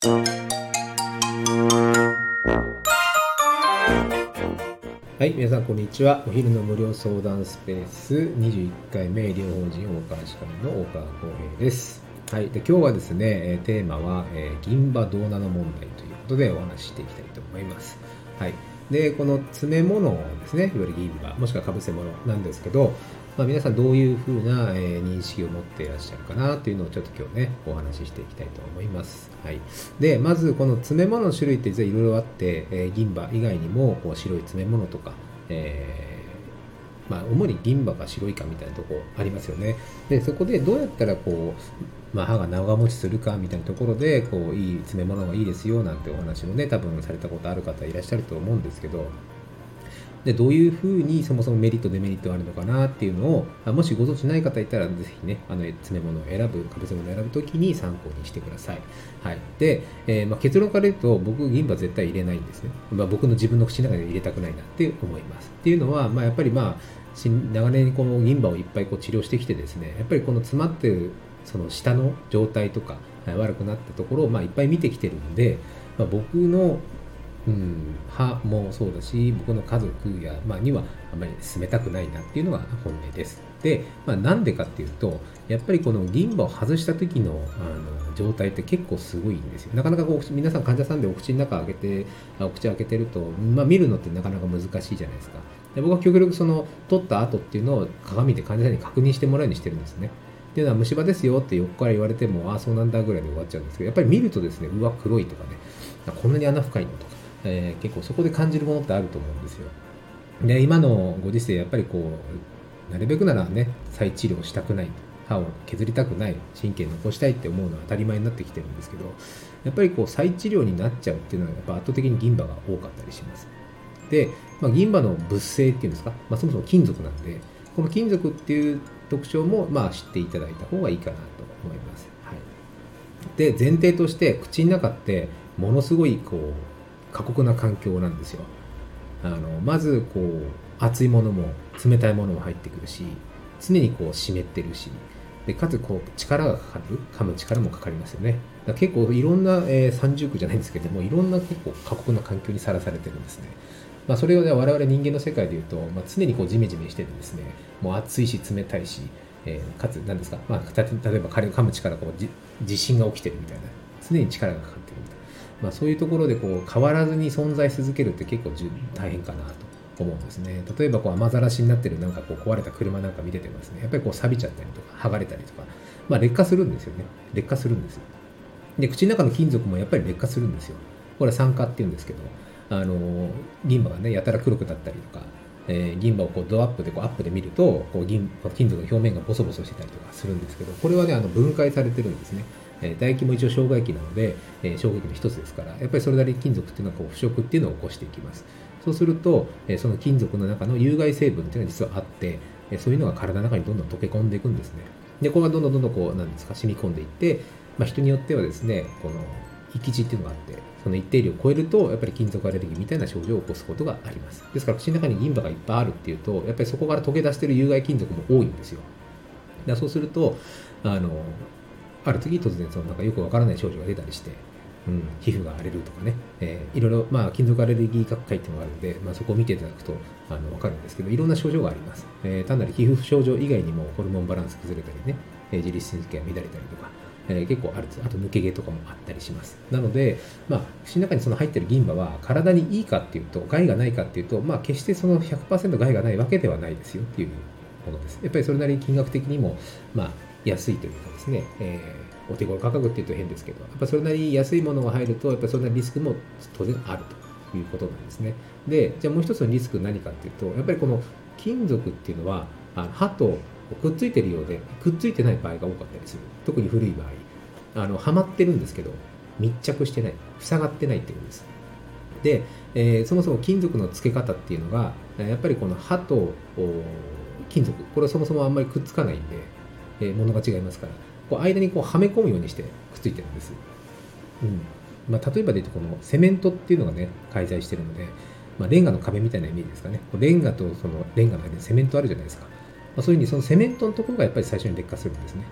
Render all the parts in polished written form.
はい、皆さんこんにちは。お昼の無料相談スペース21回目医療法人大川歯科医の大川浩平です。はい、で今日はですね、テーマは、銀歯胴なの問題ということでお話ししていきたいと思います。はい、でこの詰め物ですね、いわゆる銀歯もしくはかぶせ物なんですけど、皆さんどういうふうな、認識を持っていらっしゃるかなというのをちょっと今日ねお話ししていきたいと思います。はい、でまずこの詰め物の種類って実はいろいろあって、銀歯以外にもこう白い詰め物とか、主に銀歯か白いかみたいなところありますよね。でそこでどうやったらこう、歯が長持ちするかみたいなところでこういい詰め物がいいですよなんてお話もね多分されたことある方いらっしゃると思うんですけど、でどういうふうにそもそもメリットデメリットあるのかなっていうのをもしご存知ない方いたらぜひね詰め物を選ぶかぶせ物を選ぶときに参考にしてください。はい、で、結論から言うと僕銀歯絶対入れないんですね。僕の自分の口の中で入れたくないなって思います。っていうのは、やっぱり長年にこの銀歯をいっぱいこう治療してきてですね、やっぱりこの詰まってるその下の状態とか悪くなったところをいっぱい見てきてるんで、僕の歯もそうだし僕の家族や、にはあまり進めたくないなっていうのが本音です。で、なんでかっていうとやっぱりこの銀歯を外した時の状態って結構すごいんですよ。なかなかこう皆さん患者さんでお口の中開けてお口開けてると、見るのってなかなか難しいじゃないですか。で僕は極力その取った後っていうのを鏡で患者さんに確認してもらうようにしてるんですね。っていうのは虫歯ですよって横から言われてもそうなんだぐらいで終わっちゃうんですけど、やっぱり見るとですねうわ黒いとかねこんなに穴深いのとか、結構そこで感じるものってあると思うんですよ。で今のご時世やっぱりこうなるべくならね再治療したくない、歯を削りたくない、神経残したいって思うのは当たり前になってきてるんですけど、やっぱりこう再治療になっちゃうっていうのはやっぱ圧倒的に銀歯が多かったりします。で、銀歯の物性っていうんですか、そもそも金属なんでこの金属っていう特徴も知っていただいた方がいいかなと思います。はい、で前提として口の中ってものすごいこう過酷な環境なんですよ。まずこう熱いものも冷たいものも入ってくるし、常にこう湿ってるし、でかつこう力がかかる、噛む力もかかりますよね。だから結構いろんな、三重苦じゃないんですけどもいろんな結構過酷な環境にさらされてるんですね。それを、ね、我々人間の世界でいうと、常にこうジメジメしてるんですね。もう暑いし冷たいし、かつ何ですか、例えば噛む力こう地震が起きてるみたいな、常に力がかかってるみたいな、そういうところでこう変わらずに存在し続けるって結構大変かなと思うんですね。例えばこう雨ざらしになってるなんかこう壊れた車なんか見ててもですね、やっぱりこう錆びちゃったりとか剥がれたりとか、劣化するんですよね。劣化するんですよ。で口の中の金属もやっぱり劣化するんですよ。これは酸化っていうんですけど、銀歯がねやたら黒くなったりとか、銀歯をこうドアップでこうアップで見るとこう金属の表面がボソボソしてたりとかするんですけど、これはね分解されてるんですね。唾液も一応障害期なので、障害期の一つですから、やっぱりそれなりに金属っていうのはこう腐食っていうのを起こしていきます。そうすると、その金属の中の有害成分っていうのは実はあって、そういうのが体の中にどんどん溶け込んでいくんですね。でこれがどんどんこうなんですか染み込んでいって、人によってはですねこの域値っていうのがあって、その一定量を超えるとやっぱり金属アレルギーみたいな症状を起こすことがあります。ですから口の中に銀歯がいっぱいあるっていうとやっぱりそこから溶け出している有害金属も多いんですよ。そうするとある時突然そのなんかよくわからない症状が出たりして、皮膚が荒れるとかね、いろいろ金属アレルギー学会っていうのがあるので、そこを見ていただくとわかるんですけど、いろんな症状があります。単なる皮膚症状以外にもホルモンバランス崩れたりね、自律神経が乱れたりとか、結構ある。あと抜け毛とかもあったりします。なので、口の中にその入ってる銀歯は体にいいかっていうと害がないかっていうと、決してその 100% 害がないわけではないですよっていうものです。やっぱりそれなりに金額的にも安いというかですね、お手頃価格っていうと変ですけど、やっぱそれなりに安いものが入るとやっぱりそれなりリスクも当然あるということなんですね。でじゃあもう一つのリスク何かっていうと、やっぱりこの金属っていうのは歯とくっついてるようでくっついてない場合が多かったりする。特に古い場合はまってるんですけど密着してない、塞がってないっていうことです。で、そもそも金属の付け方っていうのがやっぱりこの歯と金属、これはそもそもあんまりくっつかないんで、物が違いますから、こう間にこうはめ込むようにしてくっついてるんです。例えばで言うとこのセメントっていうのがね介在してるので、レンガの壁みたいなイメージですかね。レンガとそのレンガの間にセメントあるじゃないですか。そういうふうにそのセメントのところがやっぱり最初に劣化するんですね。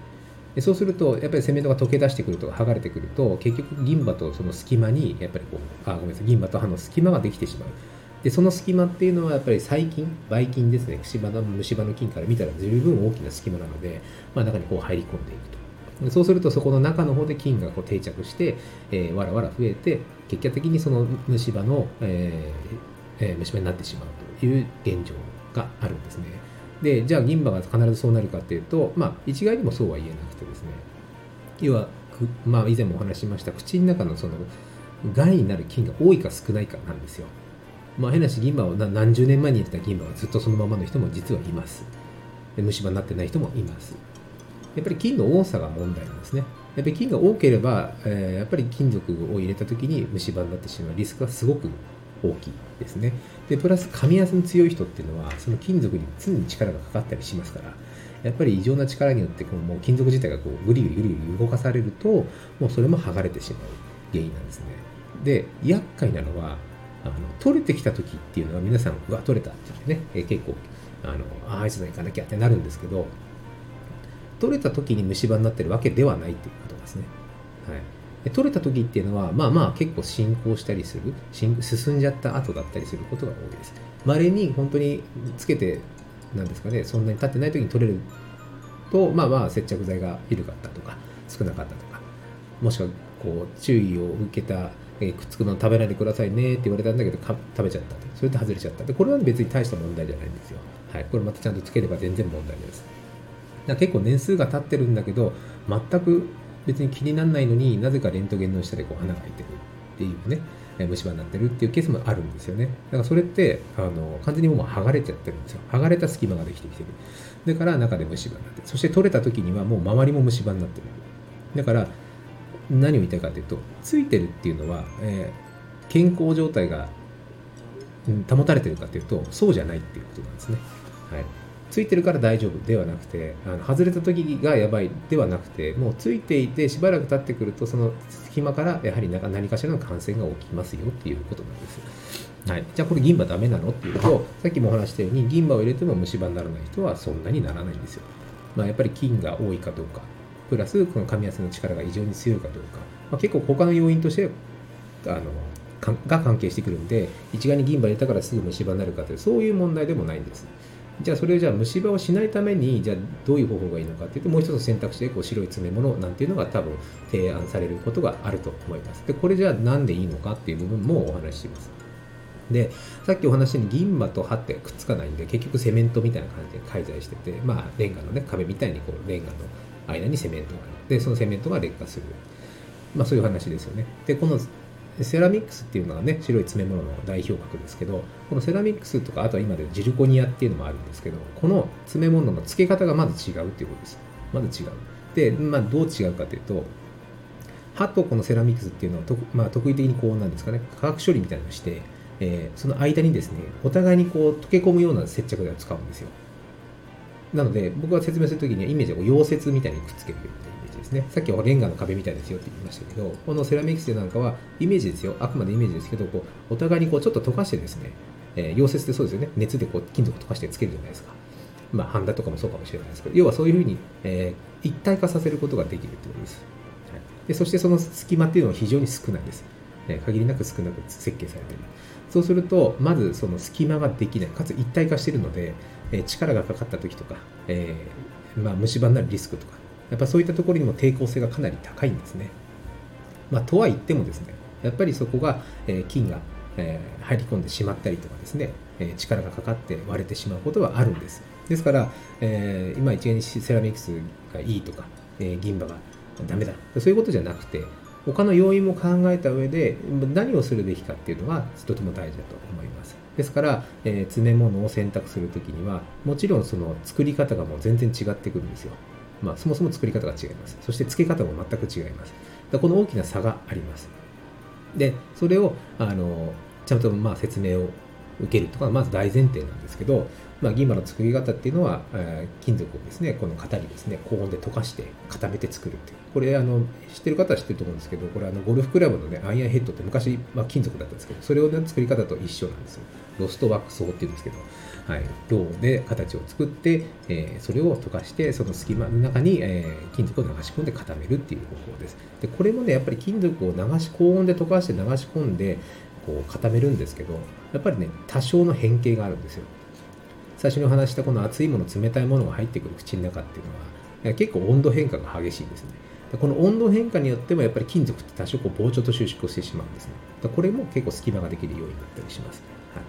でそうするとやっぱりセメントが溶け出してくると剥がれてくると結局銀歯とその隙間にやっぱりごめんなさい、銀歯と歯の隙間ができてしまう。でその隙間っていうのはやっぱり細菌、ばい菌ですね、虫歯の菌から見たら十分大きな隙間なので、中に入り込んでいくと。でそうするとそこの中の方で菌が定着して、わらわら増えて結果的にその虫歯の、虫歯になってしまうという現状があるんですね。でじゃあ銀歯が必ずそうなるかっていうと、一概にもそうは言えなくてですね、要は以前もお話ししました口の中のその害になる菌が多いか少ないかなんですよ。変な話、銀歯を何十年前に入れた銀歯がずっとそのままの人も実はいます。で虫歯になってない人もいます。やっぱり菌の多さが問題なんですね。やっぱり菌が多ければ、やっぱり金属を入れた時に虫歯になってしまうリスクはすごく大きいですね。でプラス噛み合わせの強い人っていうのはその金属に常に力がかかったりしますから、やっぱり異常な力によってもう金属自体がぐりぐりぐりぐり動かされると、もうそれも剥がれてしまう原因なんですね。で厄介なのは取れてきた時っていうのは皆さんうわ取れたって言ってね、結構あいつの行かなきゃってなるんですけど、取れた時に虫歯になってるわけではないっていうことですね。はい、で取れた時っていうのは結構進行したりする、進んじゃった後だったりすることが多いです。稀に本当につけてなんですかね、そんなに経ってない時に取れると接着剤が緩かったとか少なかったとか、もしくは注意を受けたくっつくの食べないでくださいねって言われたんだけど食べちゃったそれで外れちゃったで、これは別に大した問題じゃないんですよ。はい、これまたちゃんとつければ全然問題です。結構年数が経ってるんだけど全く別に気にならないのになぜかレントゲンの下で穴が開いてるっていうね、虫歯になってるっていうケースもあるんですよね。だからそれって完全にもう剥がれちゃってるんですよ。剥がれた隙間ができてきてる。だから中で虫歯になってる。そして取れた時にはもう周りも虫歯になってる。だから何を言いたいかというと、ついてるっていうのは、健康状態が保たれてるかというとそうじゃないっていうことなんですね。はい、ついてるから大丈夫ではなくて、外れた時がやばいではなくて、もうついていてしばらく経ってくるとその隙間からやはり何かしらの感染が起きますよっていうことなんです。はい、じゃあこれ銀歯ダメなのっていうと、さっきもお話したように銀歯を入れても虫歯にならない人はそんなにならないんですよ。やっぱり菌が多いかどうかプラスこの噛み合わせの力が異常に強いかどうか、結構他の要因としてが関係してくるんで、一概に銀歯入れたからすぐ虫歯になるかというそういう問題でもないんです。じゃあそれを虫歯をしないためにじゃあどういう方法がいいのかっていうと、もう一つの選択肢で白い詰め物なんていうのが多分提案されることがあると思います。でこれじゃあなんでいいのかっていう部分もお話しします。でさっきお話したように銀歯と歯ってくっつかないんで、結局セメントみたいな感じで介在してて、レンガのね壁みたいにレンガの間にセメントがある。でそのセメントが劣化する、そういう話ですよね。でこのセラミックスっていうのがね、白い詰め物の代表格ですけど、このセラミックスとかあとは今でジルコニアっていうのもあるんですけど、この詰め物の付け方がまず違うっていうことです。まず違う。で、どう違うかというと、歯とこのセラミックスっていうのは特異的になんですかね、化学処理みたいなのをして、その間にですね、お互いに溶け込むような接着剤を使うんですよ。なので僕が説明するときにはイメージを溶接みたいにくっつけるようなイメージですね。さっきはレンガの壁みたいですよって言いましたけど、このセラミックスなんかはイメージですよ、あくまでイメージですけど、お互いにちょっと溶かしてですね、溶接ってそうですよね、熱で金属溶かしてつけるじゃないですか。ハンダとかもそうかもしれないですけど、要はそういうふうに、一体化させることができるということです。はい、でそしてその隙間っていうのは非常に少ないです。限りなく少なく設計されている。そうするとまずその隙間ができない、かつ一体化しているので、力がかかった時とか、虫歯になるリスクとか、やっぱそういったところにも抵抗性がかなり高いんですね。とは言ってもですね、やっぱりそこが、菌が、入り込んでしまったりとかですね、力がかかって割れてしまうことはあるんです。ですから、今一概にセラミックスがいいとか、銀歯がダメだ、そういうことじゃなくて、他の要因も考えた上で何をするべきかっていうのがとても大事だと思います。ですから、詰め物を選択するときにはもちろんその作り方がもう全然違ってくるんですよ。そもそも作り方が違います。そして付け方も全く違います。この大きな差があります。でそれをちゃんと説明を受けるとかまず大前提なんですけど、銀歯の作り方っていうのは、金属をですね、この型にですね、高温で溶かして固めて作るっていう。これ知ってる方は知ってると思うんですけど、これゴルフクラブのね、アイアンヘッドって昔、金属だったんですけど、それを、ね、作り方と一緒なんですよ。ロストワックス法っていうんですけど、はい、銅で形を作って、それを溶かして、その隙間の中に、金属を流し込んで固めるっていう方法です。で、これもね、やっぱり金属を高温で溶かして流し込んで、こう固めるんですけど、やっぱりね、多少の変形があるんですよ。最初にお話したこの熱いもの、冷たいものが入ってくる口の中っていうのは、結構温度変化が激しいんですね。この温度変化によってもやっぱり金属って多少こう膨張と収縮をしてしまうんですね。これも結構隙間ができるようになったりします。はい、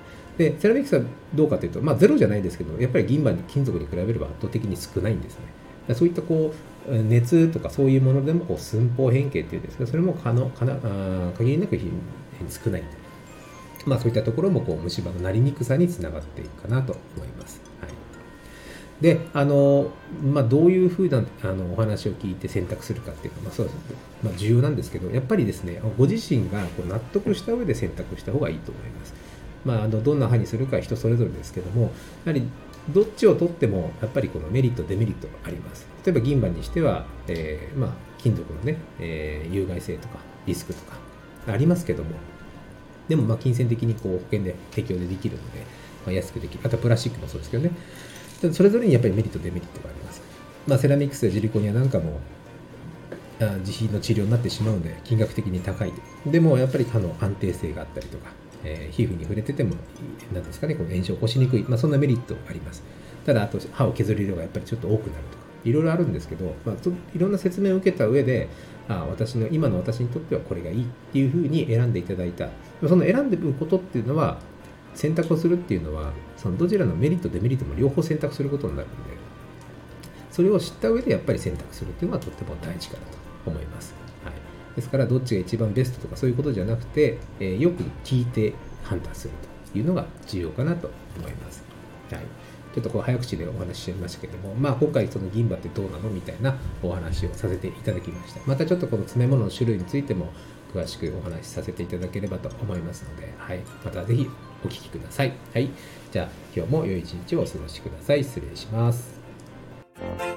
でセラミックスはどうかというと、ゼロじゃないですけど、やっぱり銀歯に金属に比べれば圧倒的に少ないんですね。そういったこう熱とかそういうものでもこう寸法変形っていうんですけど、それも限りなく少ない。そういったところもこう虫歯のなりにくさにつながっていくかなと思います。はい、でどういうふうなお話を聞いて選択するかっていうのは、そうですね、重要なんですけど、やっぱりですね、ご自身がこう納得した上で選択した方がいいと思います。どんな歯にするか人それぞれですけども、やはりどっちを取ってもやっぱりこのメリットデメリットがあります。例えば銀歯にしては、金属のね、有害性とかリスクとかありますけども、でも金銭的にこう保険で適用できるので、安くできる。あとはプラスチックもそうですけどね。それぞれにやっぱりメリットデメリットがあります。セラミックスやジリコニアなんかも自費の治療になってしまうので金額的に高い。でもやっぱり歯の安定性があったりとか、皮膚に触れてても何ですかね、この炎症を起こしにくい、そんなメリットがあります。ただあと歯を削る量がやっぱりちょっと多くなるとかいろいろあるんですけど、いろんな説明を受けた上で今の私にとってはこれがいいっていうふうに選んでいただいた。その選んでいくことっていうのは、選択をするっていうのはそのどちらのメリットデメリットも両方選択することになるので、それを知った上でやっぱり選択するっていうのはとっても大事かなと思います。はい、ですからどっちが一番ベストとかそういうことじゃなくて、よく聞いて判断するというのが重要かなと思います。はい、ちょっと早口でお話ししましたけれども、今回その銀歯ってどうなのみたいなお話をさせていただきました。またちょっとこの詰め物の種類についても詳しくお話しさせていただければと思いますので、またぜひお聞きください。じゃあ今日も良い一日をお過ごしください。失礼します。